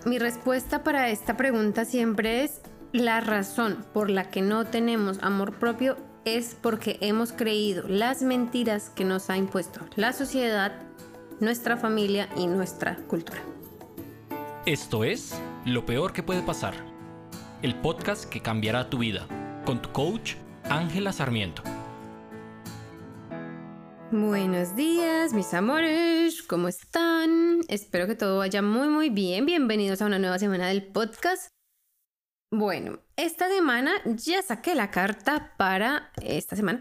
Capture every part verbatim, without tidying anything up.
Mi respuesta para esta pregunta siempre es: la razón por la que no tenemos amor propio es porque hemos creído las mentiras que nos ha impuesto la sociedad, nuestra familia y nuestra cultura. Esto es Lo Peor que Puede Pasar, el podcast que cambiará tu vida, con tu coach Ángela Sarmiento. Buenos días, mis amores, ¿cómo están? Espero que todo vaya muy muy bien. Bienvenidos a una nueva semana del podcast. Bueno, esta semana ya saqué la carta para esta semana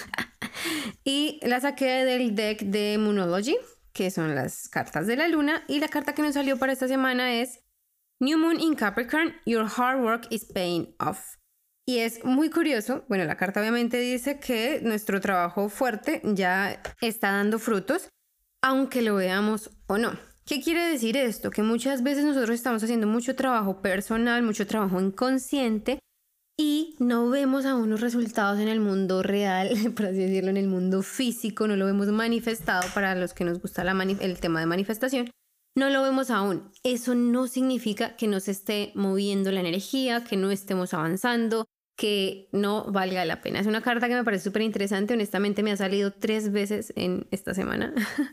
y la saqué del deck de Moonology, que son las cartas de la luna, y la carta que nos salió para esta semana es New Moon in Capricorn, Your Hard Work is Paying Off. Y es muy curioso, bueno, la carta obviamente dice que nuestro trabajo fuerte ya está dando frutos, aunque lo veamos o no. ¿Qué quiere decir esto? Que muchas veces nosotros estamos haciendo mucho trabajo personal, mucho trabajo inconsciente y no vemos aún los resultados en el mundo real, por así decirlo, en el mundo físico, no lo vemos manifestado para los que nos gusta la mani- el tema de manifestación. No lo vemos aún. Eso no significa que no se esté moviendo la energía, que no estemos avanzando, que no valga la pena. Es una carta que me parece súper interesante. Honestamente me ha salido tres veces en esta semana.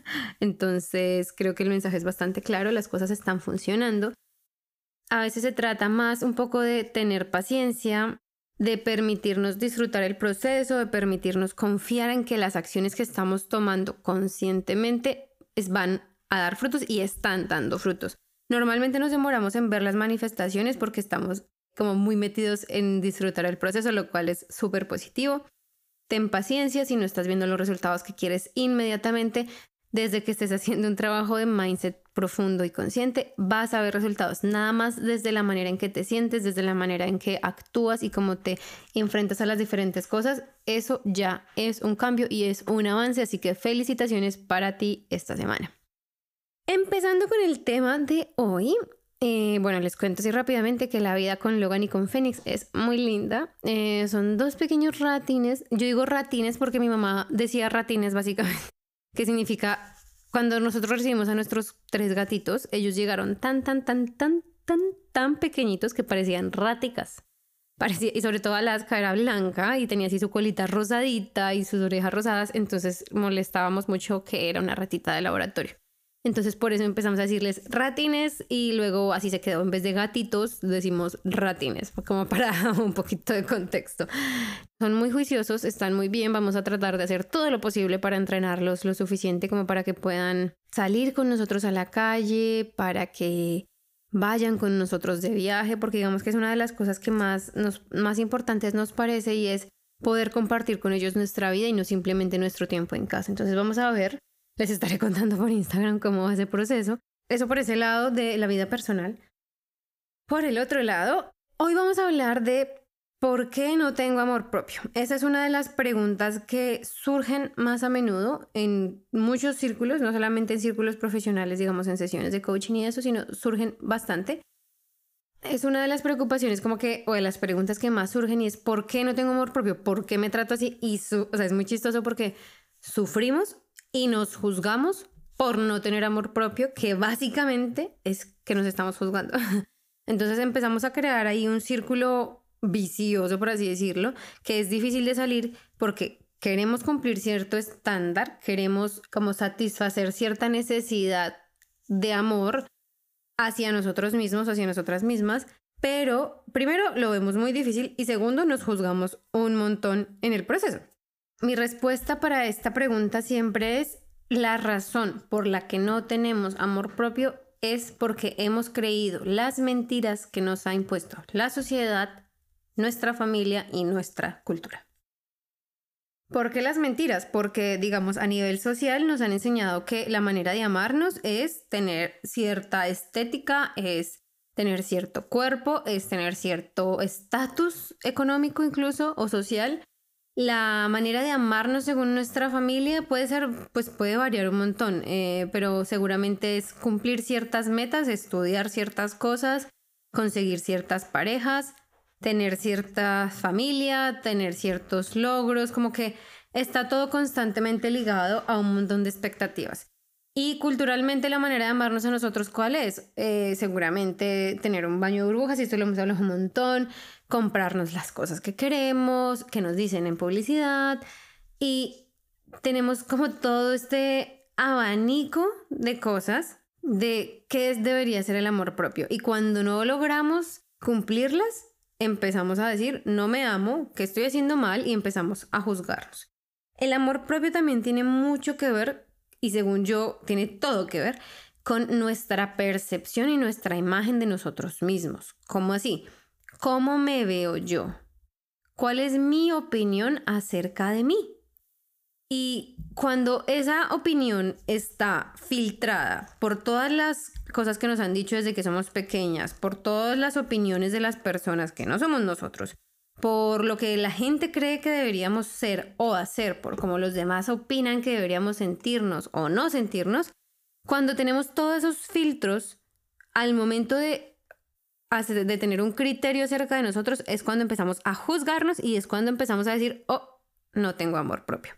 Entonces creo que el mensaje es bastante claro. Las cosas están funcionando. A veces se trata más un poco de tener paciencia, de permitirnos disfrutar el proceso, de permitirnos confiar en que las acciones que estamos tomando conscientemente es, van a dar frutos y están dando frutos. Normalmente nos demoramos en ver las manifestaciones porque estamos como muy metidos en disfrutar el proceso, lo cual es súper positivo. Ten paciencia si no estás viendo los resultados que quieres inmediatamente. Desde que estés haciendo un trabajo de mindset profundo y consciente, vas a ver resultados. Nada más desde la manera en que te sientes, desde la manera en que actúas y cómo te enfrentas a las diferentes cosas. Eso ya es un cambio y es un avance, así que felicitaciones para ti esta semana. Empezando con el tema de hoy. Eh, bueno, les cuento así rápidamente que la vida con Logan y con Fénix es muy linda. Eh, son dos pequeños ratines. Yo digo ratines porque mi mamá decía ratines básicamente, que significa cuando nosotros recibimos a nuestros tres gatitos, ellos llegaron tan, tan, tan, tan, tan, tan pequeñitos que parecían ráticas. Parecía, y sobre todo Alaska era blanca y tenía así su colita rosadita y sus orejas rosadas, entonces molestábamos mucho que era una ratita de laboratorio. Entonces por eso empezamos a decirles ratines y luego así se quedó. En vez de gatitos decimos ratines, como para un poquito de contexto. Son muy juiciosos, están muy bien. Vamos a tratar de hacer todo lo posible para entrenarlos lo suficiente como para que puedan salir con nosotros a la calle, para que vayan con nosotros de viaje, porque digamos que es una de las cosas que más, nos, más importantes nos parece y es poder compartir con ellos nuestra vida y no simplemente nuestro tiempo en casa. Entonces vamos a ver. Les estaré contando por Instagram cómo va ese proceso. Eso por ese lado de la vida personal. Por el otro lado, hoy vamos a hablar de ¿por qué no tengo amor propio? Esa es una de las preguntas que surgen más a menudo en muchos círculos, no solamente en círculos profesionales, digamos en sesiones de coaching y eso, sino surgen bastante. Es una de las preocupaciones como que, o de las preguntas que más surgen y es ¿por qué no tengo amor propio? ¿Por qué me trato así? Y su, o sea, es muy chistoso porque sufrimos y nos juzgamos por no tener amor propio, que básicamente es que nos estamos juzgando. Entonces empezamos a crear ahí un círculo vicioso, por así decirlo, que es difícil de salir porque queremos cumplir cierto estándar, queremos como satisfacer cierta necesidad de amor hacia nosotros mismos, hacia nosotras mismas, pero primero lo vemos muy difícil y segundo nos juzgamos un montón en el proceso. Mi respuesta para esta pregunta siempre es: la razón por la que no tenemos amor propio es porque hemos creído las mentiras que nos ha impuesto la sociedad, nuestra familia y nuestra cultura. ¿Por qué las mentiras? Porque, digamos, a nivel social nos han enseñado que la manera de amarnos es tener cierta estética, es tener cierto cuerpo, es tener cierto estatus económico incluso o social. La manera de amarnos según nuestra familia puede ser, pues puede variar un montón, eh, pero seguramente es cumplir ciertas metas, estudiar ciertas cosas, conseguir ciertas parejas, tener cierta familia, tener ciertos logros, como que está todo constantemente ligado a un montón de expectativas. Y culturalmente la manera de amarnos a nosotros, ¿cuál es? Eh, seguramente tener un baño de burbujas, y esto lo hemos hablado un montón, comprarnos las cosas que queremos, que nos dicen en publicidad, y tenemos como todo este abanico de cosas de qué es, debería ser el amor propio. Y cuando no logramos cumplirlas, empezamos a decir, no me amo, que estoy haciendo mal, y empezamos a juzgarnos. El amor propio también tiene mucho que ver, y según yo, tiene todo que ver con nuestra percepción y nuestra imagen de nosotros mismos. ¿Cómo así? ¿Cómo me veo yo? ¿Cuál es mi opinión acerca de mí? Y cuando esa opinión está filtrada por todas las cosas que nos han dicho desde que somos pequeñas, por todas las opiniones de las personas que no somos nosotros, por lo que la gente cree que deberíamos ser o hacer, por cómo los demás opinan que deberíamos sentirnos o no sentirnos, cuando tenemos todos esos filtros, al momento de, de tener un criterio acerca de nosotros, es cuando empezamos a juzgarnos y es cuando empezamos a decir, oh, no tengo amor propio.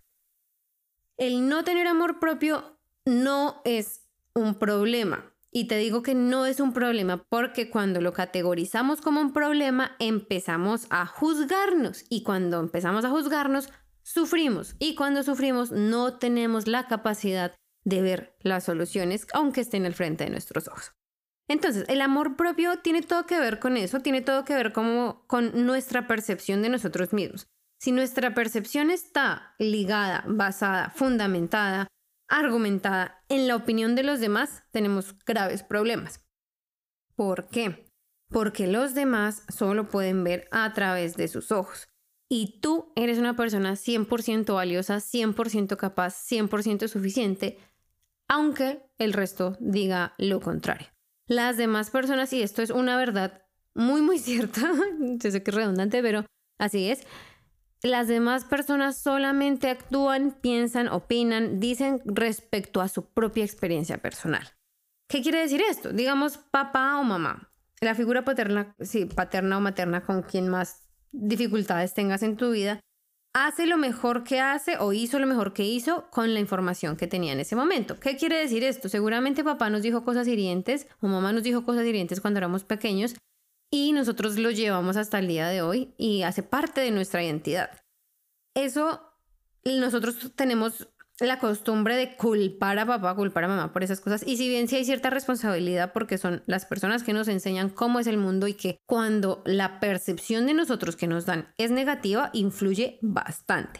El no tener amor propio no es un problema. Y te digo que no es un problema porque cuando lo categorizamos como un problema, empezamos a juzgarnos. Y cuando empezamos a juzgarnos, sufrimos. Y cuando sufrimos, no tenemos la capacidad de ver las soluciones, aunque estén al frente de nuestros ojos. Entonces, el amor propio tiene todo que ver con eso, tiene todo que ver como con nuestra percepción de nosotros mismos. Si nuestra percepción está ligada, basada, fundamentada, argumentada en la opinión de los demás, tenemos graves problemas. ¿Por qué? Porque los demás solo pueden ver a través de sus ojos. Y tú eres una persona cien por ciento valiosa, cien por ciento capaz, cien por ciento suficiente, aunque el resto diga lo contrario. Las demás personas, y esto es una verdad muy, muy cierta, yo sé que es redundante, pero así es, las demás personas solamente actúan, piensan, opinan, dicen respecto a su propia experiencia personal. ¿Qué quiere decir esto? Digamos, papá o mamá, la figura paterna, sí, paterna o materna con quien más dificultades tengas en tu vida, hace lo mejor que hace o hizo lo mejor que hizo con la información que tenía en ese momento. ¿Qué quiere decir esto? Seguramente papá nos dijo cosas hirientes o mamá nos dijo cosas hirientes cuando éramos pequeños, y nosotros lo llevamos hasta el día de hoy y hace parte de nuestra identidad. Eso, nosotros tenemos la costumbre de culpar a papá, culpar a mamá por esas cosas, y si bien sí hay cierta responsabilidad porque son las personas que nos enseñan cómo es el mundo, y que cuando la percepción de nosotros que nos dan es negativa, influye bastante.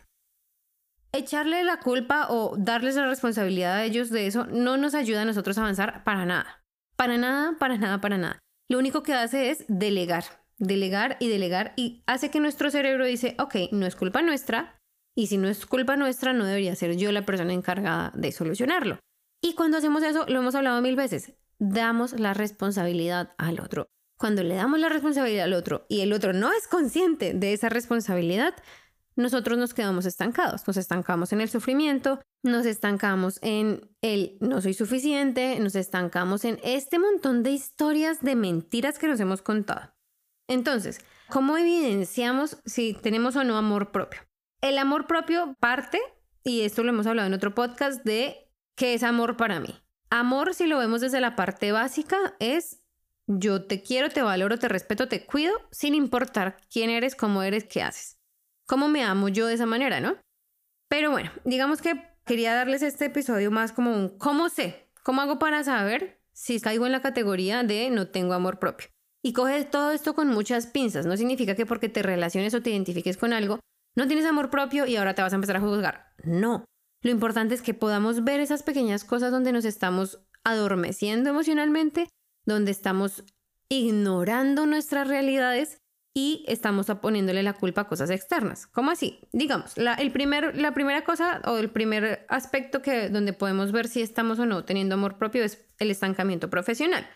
Echarle la culpa o darles la responsabilidad a ellos de eso no nos ayuda a nosotros a avanzar para nada. Para nada, para nada, para nada. Lo único que hace es delegar, delegar y delegar, y hace que nuestro cerebro dice, ok, no es culpa nuestra, y si no es culpa nuestra, no debería ser yo la persona encargada de solucionarlo. Y cuando hacemos eso, lo hemos hablado mil veces, damos la responsabilidad al otro. Cuando le damos la responsabilidad al otro y el otro no es consciente de esa responsabilidad, nosotros nos quedamos estancados, nos estancamos en el sufrimiento, nos estancamos en el no soy suficiente, nos estancamos en este montón de historias de mentiras que nos hemos contado. Entonces, ¿cómo evidenciamos si tenemos o no amor propio? El amor propio parte, y esto lo hemos hablado en otro podcast, de qué es amor para mí. Amor, si lo vemos desde la parte básica, es yo te quiero, te valoro, te respeto, te cuido, sin importar quién eres, cómo eres, qué haces. ¿Cómo me amo yo de esa manera, no? Pero bueno, digamos que quería darles este episodio más como un ¿cómo sé? ¿Cómo hago para saber si caigo en la categoría de no tengo amor propio? Y coge todo esto con muchas pinzas. No significa que porque te relaciones o te identifiques con algo, no tienes amor propio y ahora te vas a empezar a juzgar. No. Lo importante es que podamos ver esas pequeñas cosas donde nos estamos adormeciendo emocionalmente, donde estamos ignorando nuestras realidades y estamos poniéndole la culpa a cosas externas. ¿Cómo así? Digamos, la, el primer, la primera cosa o el primer aspecto que, donde podemos ver si estamos o no teniendo amor propio es el estancamiento profesional.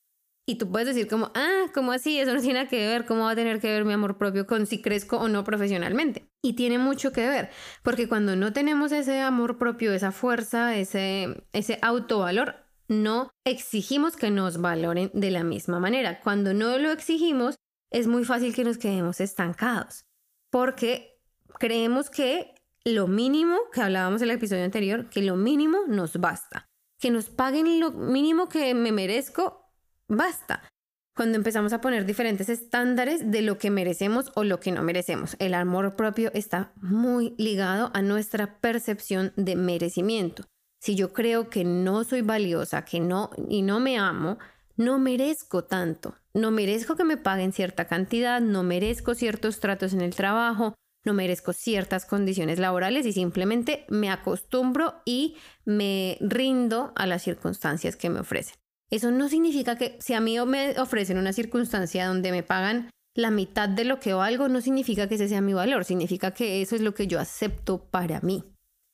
Y tú puedes decir como, ah, ¿cómo así? Eso no tiene nada que ver. ¿Cómo va a tener que ver mi amor propio con si crezco o no profesionalmente? Y tiene mucho que ver, porque cuando no tenemos ese amor propio, esa fuerza, ese, ese autovalor, no exigimos que nos valoren de la misma manera. Cuando no lo exigimos, es muy fácil que nos quedemos estancados, porque creemos que lo mínimo, que hablábamos en el episodio anterior, que lo mínimo nos basta. que nos paguen lo mínimo que me merezco, basta. Cuando empezamos a poner diferentes estándares de lo que merecemos o lo que no merecemos. El amor propio está muy ligado a nuestra percepción de merecimiento. Si yo creo que no soy valiosa, que no y no me amo, no merezco tanto. No merezco que me paguen cierta cantidad, no merezco ciertos tratos en el trabajo, no merezco ciertas condiciones laborales y simplemente me acostumbro y me rindo a las circunstancias que me ofrecen. Eso no significa que si a mí me ofrecen una circunstancia donde me pagan la mitad de lo que valgo, no significa que ese sea mi valor, significa que eso es lo que yo acepto para mí.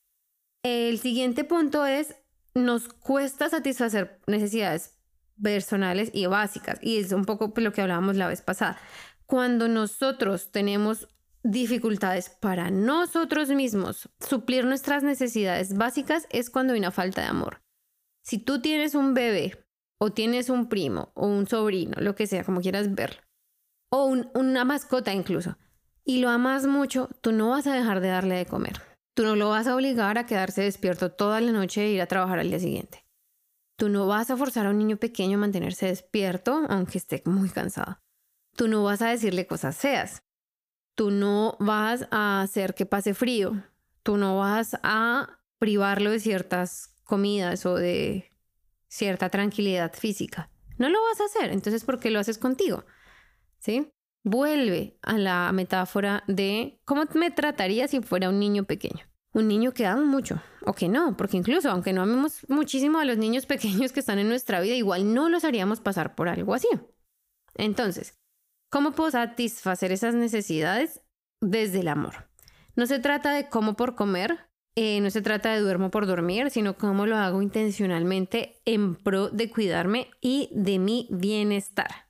El siguiente punto es, nos cuesta satisfacer necesidades personales y básicas, y es un poco lo que hablábamos la vez pasada. Cuando nosotros tenemos dificultades para nosotros mismos suplir nuestras necesidades básicas, es cuando hay una falta de amor. Si tú tienes un bebé, o tienes un primo, o un sobrino, lo que sea, como quieras verlo, o un, una mascota incluso, y lo amas mucho, tú no vas a dejar de darle de comer. Tú no lo vas a obligar a quedarse despierto toda la noche e ir a trabajar al día siguiente. Tú no vas a forzar a un niño pequeño a mantenerse despierto, aunque esté muy cansado. Tú no vas a decirle cosas feas. Tú no vas a hacer que pase frío. Tú no vas a privarlo de ciertas comidas o de cierta tranquilidad física. No lo vas a hacer, entonces ¿por qué lo haces contigo? ¿Sí? Vuelve a la metáfora de cómo me trataría si fuera un niño pequeño. Un niño que amo mucho, o que no, porque incluso aunque no amemos muchísimo a los niños pequeños que están en nuestra vida, igual no los haríamos pasar por algo así. Entonces, ¿cómo puedo satisfacer esas necesidades? Desde el amor. No se trata de cómo por comer, Eh, no se trata de duermo por dormir, sino cómo lo hago intencionalmente en pro de cuidarme y de mi bienestar.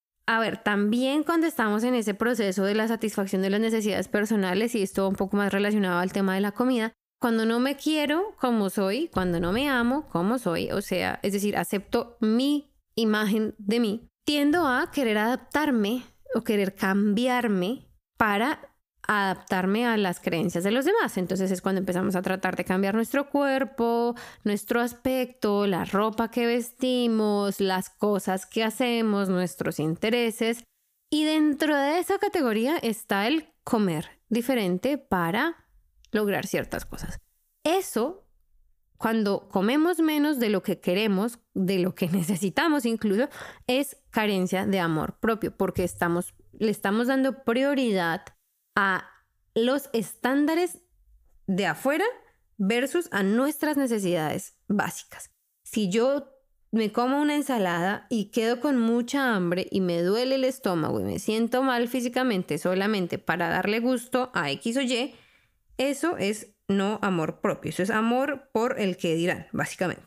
A ver, también cuando estamos en ese proceso de la satisfacción de las necesidades personales, y esto un poco más relacionado al tema de la comida, cuando no me quiero como soy, cuando no me amo como soy, o sea, es decir, acepto mi imagen de mí, tiendo a querer adaptarme o querer cambiarme para adaptarme a las creencias de los demás. Entonces es cuando empezamos a tratar de cambiar nuestro cuerpo, nuestro aspecto, la ropa que vestimos, las cosas que hacemos, nuestros intereses. Y dentro de esa categoría está el comer diferente para lograr ciertas cosas. Eso, cuando comemos menos de lo que queremos, de lo que necesitamos incluso, es carencia de amor propio, porque estamos, le estamos dando prioridad a los estándares de afuera versus a nuestras necesidades básicas. Si yo me como una ensalada y quedo con mucha hambre y me duele el estómago y me siento mal físicamente solamente para darle gusto a X o Y, eso es no amor propio, eso es amor por el que dirán, básicamente.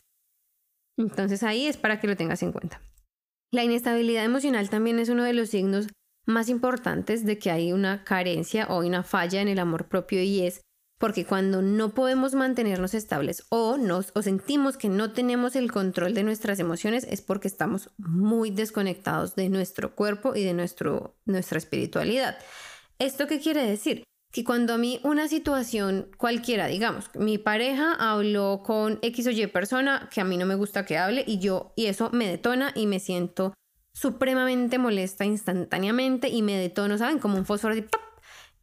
Entonces ahí es para que lo tengas en cuenta. La inestabilidad emocional también es uno de los signos más importantes de que hay una carencia o una falla en el amor propio, y es porque cuando no podemos mantenernos estables o, nos, o sentimos que no tenemos el control de nuestras emociones, es porque estamos muy desconectados de nuestro cuerpo y de nuestro, nuestra espiritualidad. ¿Esto qué quiere decir? Que cuando a mí una situación cualquiera, digamos, mi pareja habló con X o Y persona que a mí no me gusta que hable y yo, y eso me detona y me siento supremamente molesta instantáneamente y me detono, ¿saben? Como un fósforo así, ¡pop!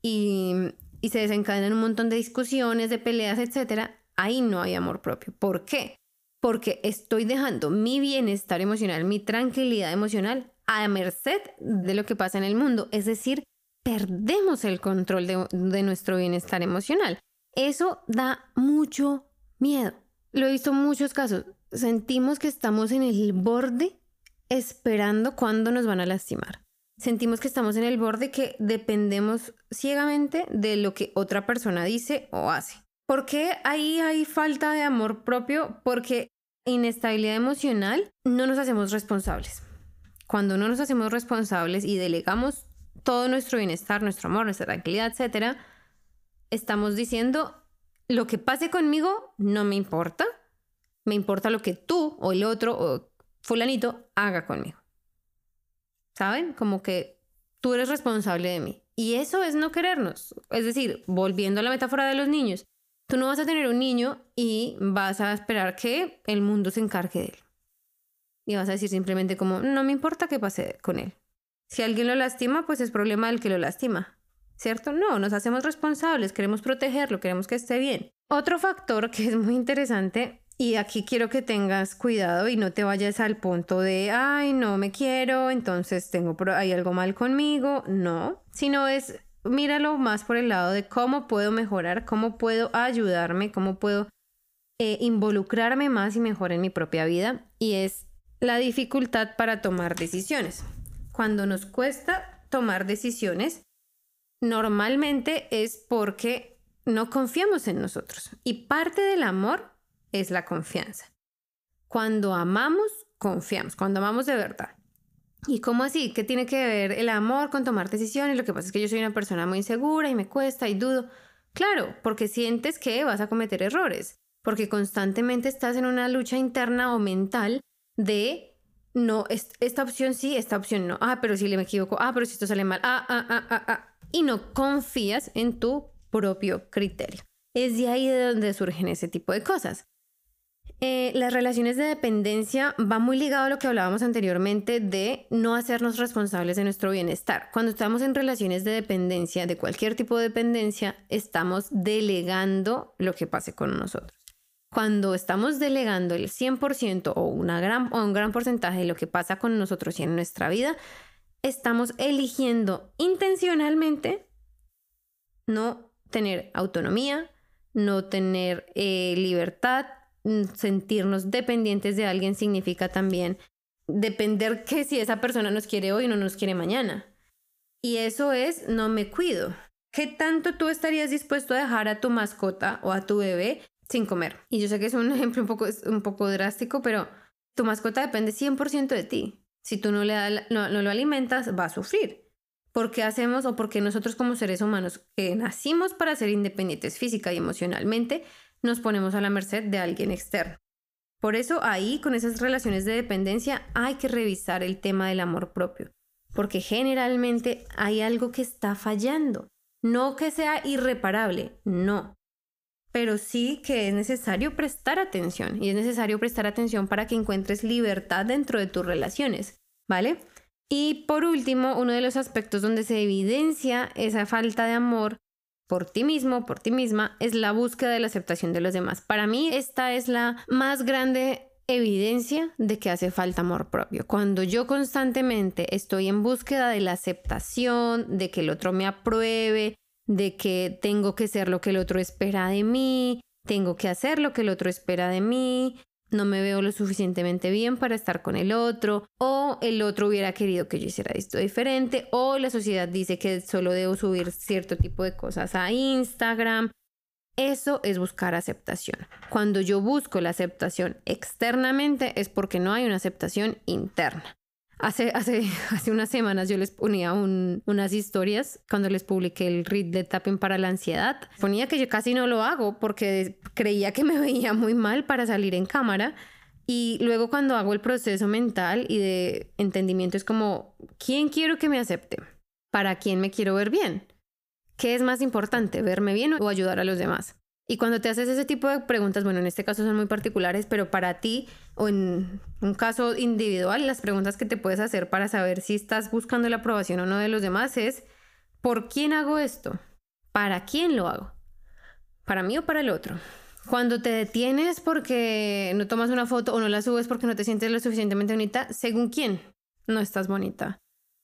Y, y se desencadenan un montón de discusiones, de peleas, etcétera. Ahí no hay amor propio. ¿Por qué? Porque estoy dejando mi bienestar emocional, mi tranquilidad emocional a merced de lo que pasa en el mundo. Es decir, perdemos el control de, de nuestro bienestar emocional. Eso da mucho miedo. Lo he visto en muchos casos. Sentimos que estamos en el borde esperando cuándo nos van a lastimar. Sentimos que estamos en el borde, que dependemos ciegamente de lo que otra persona dice o hace. ¿Por qué ahí hay falta de amor propio? Porque inestabilidad emocional, no nos hacemos responsables. Cuando no nos hacemos responsables y delegamos todo nuestro bienestar, nuestro amor, nuestra tranquilidad, etcétera, estamos diciendo, lo que pase conmigo no me importa, me importa lo que tú o el otro o fulanito haga conmigo. ¿Saben? Como que tú eres responsable de mí. Y eso es no querernos. Es decir, volviendo a la metáfora de los niños, Tú no vas a tener un niño y vas a esperar que el mundo se encargue de él. Y vas a decir simplemente como, no me importa qué pase con él. Si alguien lo lastima, pues es problema del que lo lastima, ¿cierto? No, nos hacemos responsables, queremos protegerlo, queremos que esté bien. Otro factor que es muy interesante, y aquí quiero que tengas cuidado y no te vayas al punto de, ay, no me quiero, entonces tengo hay algo mal conmigo. No, sino es, míralo más por el lado de cómo puedo mejorar, cómo puedo ayudarme, cómo puedo eh, involucrarme más y mejor en mi propia vida. Y es la dificultad para tomar decisiones. Cuando nos cuesta tomar decisiones, normalmente es porque no confiamos en nosotros. Y parte del amor es la confianza. Cuando amamos, confiamos. Cuando amamos de verdad. ¿Y cómo así? ¿Qué tiene que ver el amor con tomar decisiones? Lo que pasa es que yo soy una persona muy insegura y me cuesta y dudo. Claro, porque sientes que vas a cometer errores. Porque constantemente estás en una lucha interna o mental de no, esta opción sí, esta opción no. Ah, pero si le me equivoco. Ah, pero si esto sale mal. Ah, ah, ah, ah, ah. Y no confías en tu propio criterio. Es de ahí de donde surgen ese tipo de cosas. Eh, las relaciones de dependencia va muy ligado a lo que hablábamos anteriormente de no hacernos responsables de nuestro bienestar. Cuando estamos en relaciones de dependencia, de cualquier tipo de dependencia, estamos delegando lo que pase con nosotros. Cuando estamos delegando el cien por ciento o, una gran, o un gran porcentaje de lo que pasa con nosotros y en nuestra vida, estamos eligiendo intencionalmente no tener autonomía, no tener eh, libertad. Sentirnos dependientes de alguien significa también depender que si esa persona nos quiere hoy no nos quiere mañana. Y eso es no me cuido. ¿Qué tanto tú estarías dispuesto a dejar a tu mascota o a tu bebé sin comer? Y yo sé que es un ejemplo un poco, un poco drástico, pero tu mascota depende cien por ciento de ti. Si tú no, le da, no, no lo alimentas, va a sufrir. ¿Por qué hacemos o por qué nosotros como seres humanos que nacimos para ser independientes física y emocionalmente nos ponemos a la merced de alguien externo? Por eso ahí, con esas relaciones de dependencia, hay que revisar el tema del amor propio, porque generalmente hay algo que está fallando. No que sea irreparable, no, pero sí que es necesario prestar atención, y es necesario prestar atención para que encuentres libertad dentro de tus relaciones, ¿vale? Y por último, uno de los aspectos donde se evidencia esa falta de amor por ti mismo, por ti misma, es la búsqueda de la aceptación de los demás. Para mí, esta es la más grande evidencia de que hace falta amor propio. Cuando yo constantemente estoy en búsqueda de la aceptación, de que el otro me apruebe, de que tengo que ser lo que el otro espera de mí, tengo que hacer lo que el otro espera de mí, no me veo lo suficientemente bien para estar con el otro, o el otro hubiera querido que yo hiciera esto diferente, o la sociedad dice que solo debo subir cierto tipo de cosas a Instagram. Eso es buscar aceptación. Cuando yo busco la aceptación externamente es porque no hay una aceptación interna. Hace, hace, hace unas semanas yo les ponía un, unas historias cuando les publiqué el Read the Tapping para la ansiedad. Ponía que yo casi no lo hago porque creía que me veía muy mal para salir en cámara. Y luego cuando hago el proceso mental y de entendimiento es como, ¿quién quiero que me acepte? ¿Para quién me quiero ver bien? ¿Qué es más importante, verme bien o ayudar a los demás? Y cuando te haces ese tipo de preguntas, bueno, en este caso son muy particulares, pero para ti o en un caso individual, las preguntas que te puedes hacer para saber si estás buscando la aprobación o no de los demás es, ¿por quién hago esto? ¿Para quién lo hago? ¿Para mí o para el otro? Cuando te detienes porque no tomas una foto o no la subes porque no te sientes lo suficientemente bonita, ¿según quién no estás bonita?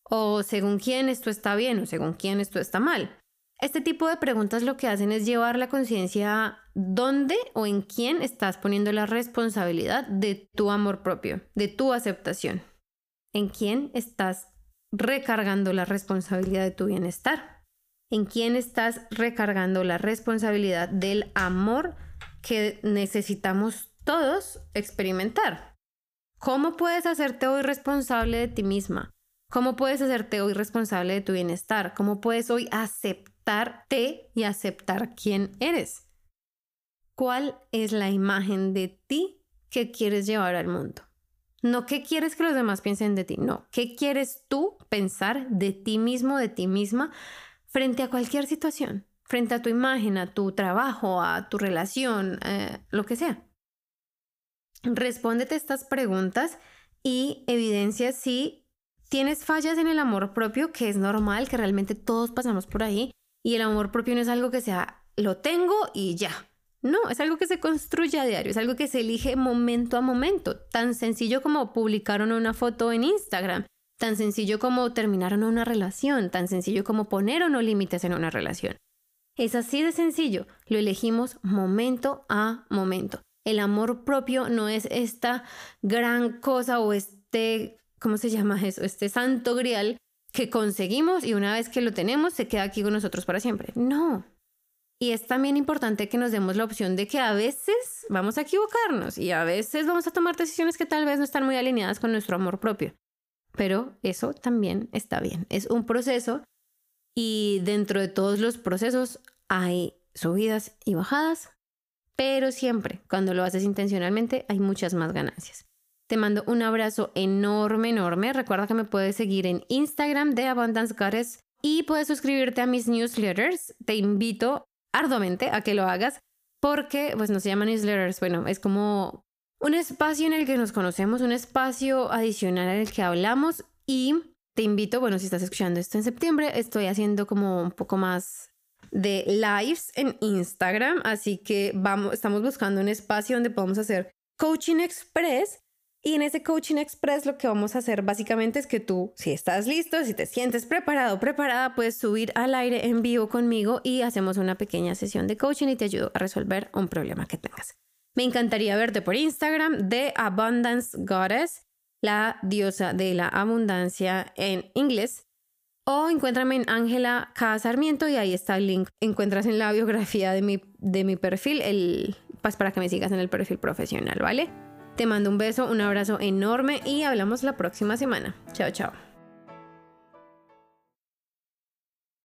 O según quién esto está bien o según quién esto está mal. Este tipo de preguntas lo que hacen es llevar la conciencia a dónde o en quién estás poniendo la responsabilidad de tu amor propio, de tu aceptación. ¿En quién estás recargando la responsabilidad de tu bienestar? ¿En quién estás recargando la responsabilidad del amor que necesitamos todos experimentar? ¿Cómo puedes hacerte hoy responsable de ti misma? ¿Cómo puedes hacerte hoy responsable de tu bienestar? ¿Cómo puedes hoy aceptarte y aceptar quién eres? ¿Cuál es la imagen de ti que quieres llevar al mundo? No qué quieres que los demás piensen de ti, no. ¿Qué quieres tú pensar de ti mismo, de ti misma, frente a cualquier situación? frente a tu imagen, a tu trabajo, a tu relación, eh, lo que sea. Respóndete estas preguntas y evidencia si tienes fallas en el amor propio, que es normal, que realmente todos pasamos por ahí. Y el amor propio no es algo que sea, lo tengo y ya. No, es algo que se construye a diario, es algo que se elige momento a momento. Tan sencillo como publicar o no una foto en Instagram, tan sencillo como terminar o no una relación, tan sencillo como poner o no límites en una relación. Es así de sencillo, lo elegimos momento a momento. El amor propio no es esta gran cosa o este, ¿cómo se llama eso? Este santo grial que conseguimos y una vez que lo tenemos se queda aquí con nosotros para siempre. No. Y es también importante que nos demos la opción de que a veces vamos a equivocarnos y a veces vamos a tomar decisiones que tal vez no están muy alineadas con nuestro amor propio. Pero eso también está bien. Es un proceso y dentro de todos los procesos hay subidas y bajadas. Pero siempre, cuando lo haces intencionalmente, hay muchas más ganancias. Te mando un abrazo enorme, enorme. Recuerda que me puedes seguir en Instagram de Abundance Goddess y puedes suscribirte a mis newsletters. Te invito arduamente a que lo hagas porque, pues no se llaman newsletters, bueno, es como un espacio en el que nos conocemos, un espacio adicional en el que hablamos y te invito, bueno, si estás escuchando esto en septiembre, estoy haciendo como un poco más de lives en Instagram, así que vamos, estamos buscando un espacio donde podamos hacer Coaching Express y en ese Coaching Express lo que vamos a hacer básicamente es que tú, si estás listo, si te sientes preparado o preparada, puedes subir al aire en vivo conmigo y hacemos una pequeña sesión de coaching y te ayudo a resolver un problema que tengas. Me encantaría verte por Instagram de Abundance Goddess, la diosa de la abundancia en inglés. O encuéntrame en Ángela K. Sarmiento y ahí está el link. Encuentras en la biografía de mi, de mi perfil, el, pues para que me sigas en el perfil profesional, ¿vale? Te mando un beso, un abrazo enorme y hablamos la próxima semana. Chao, chao.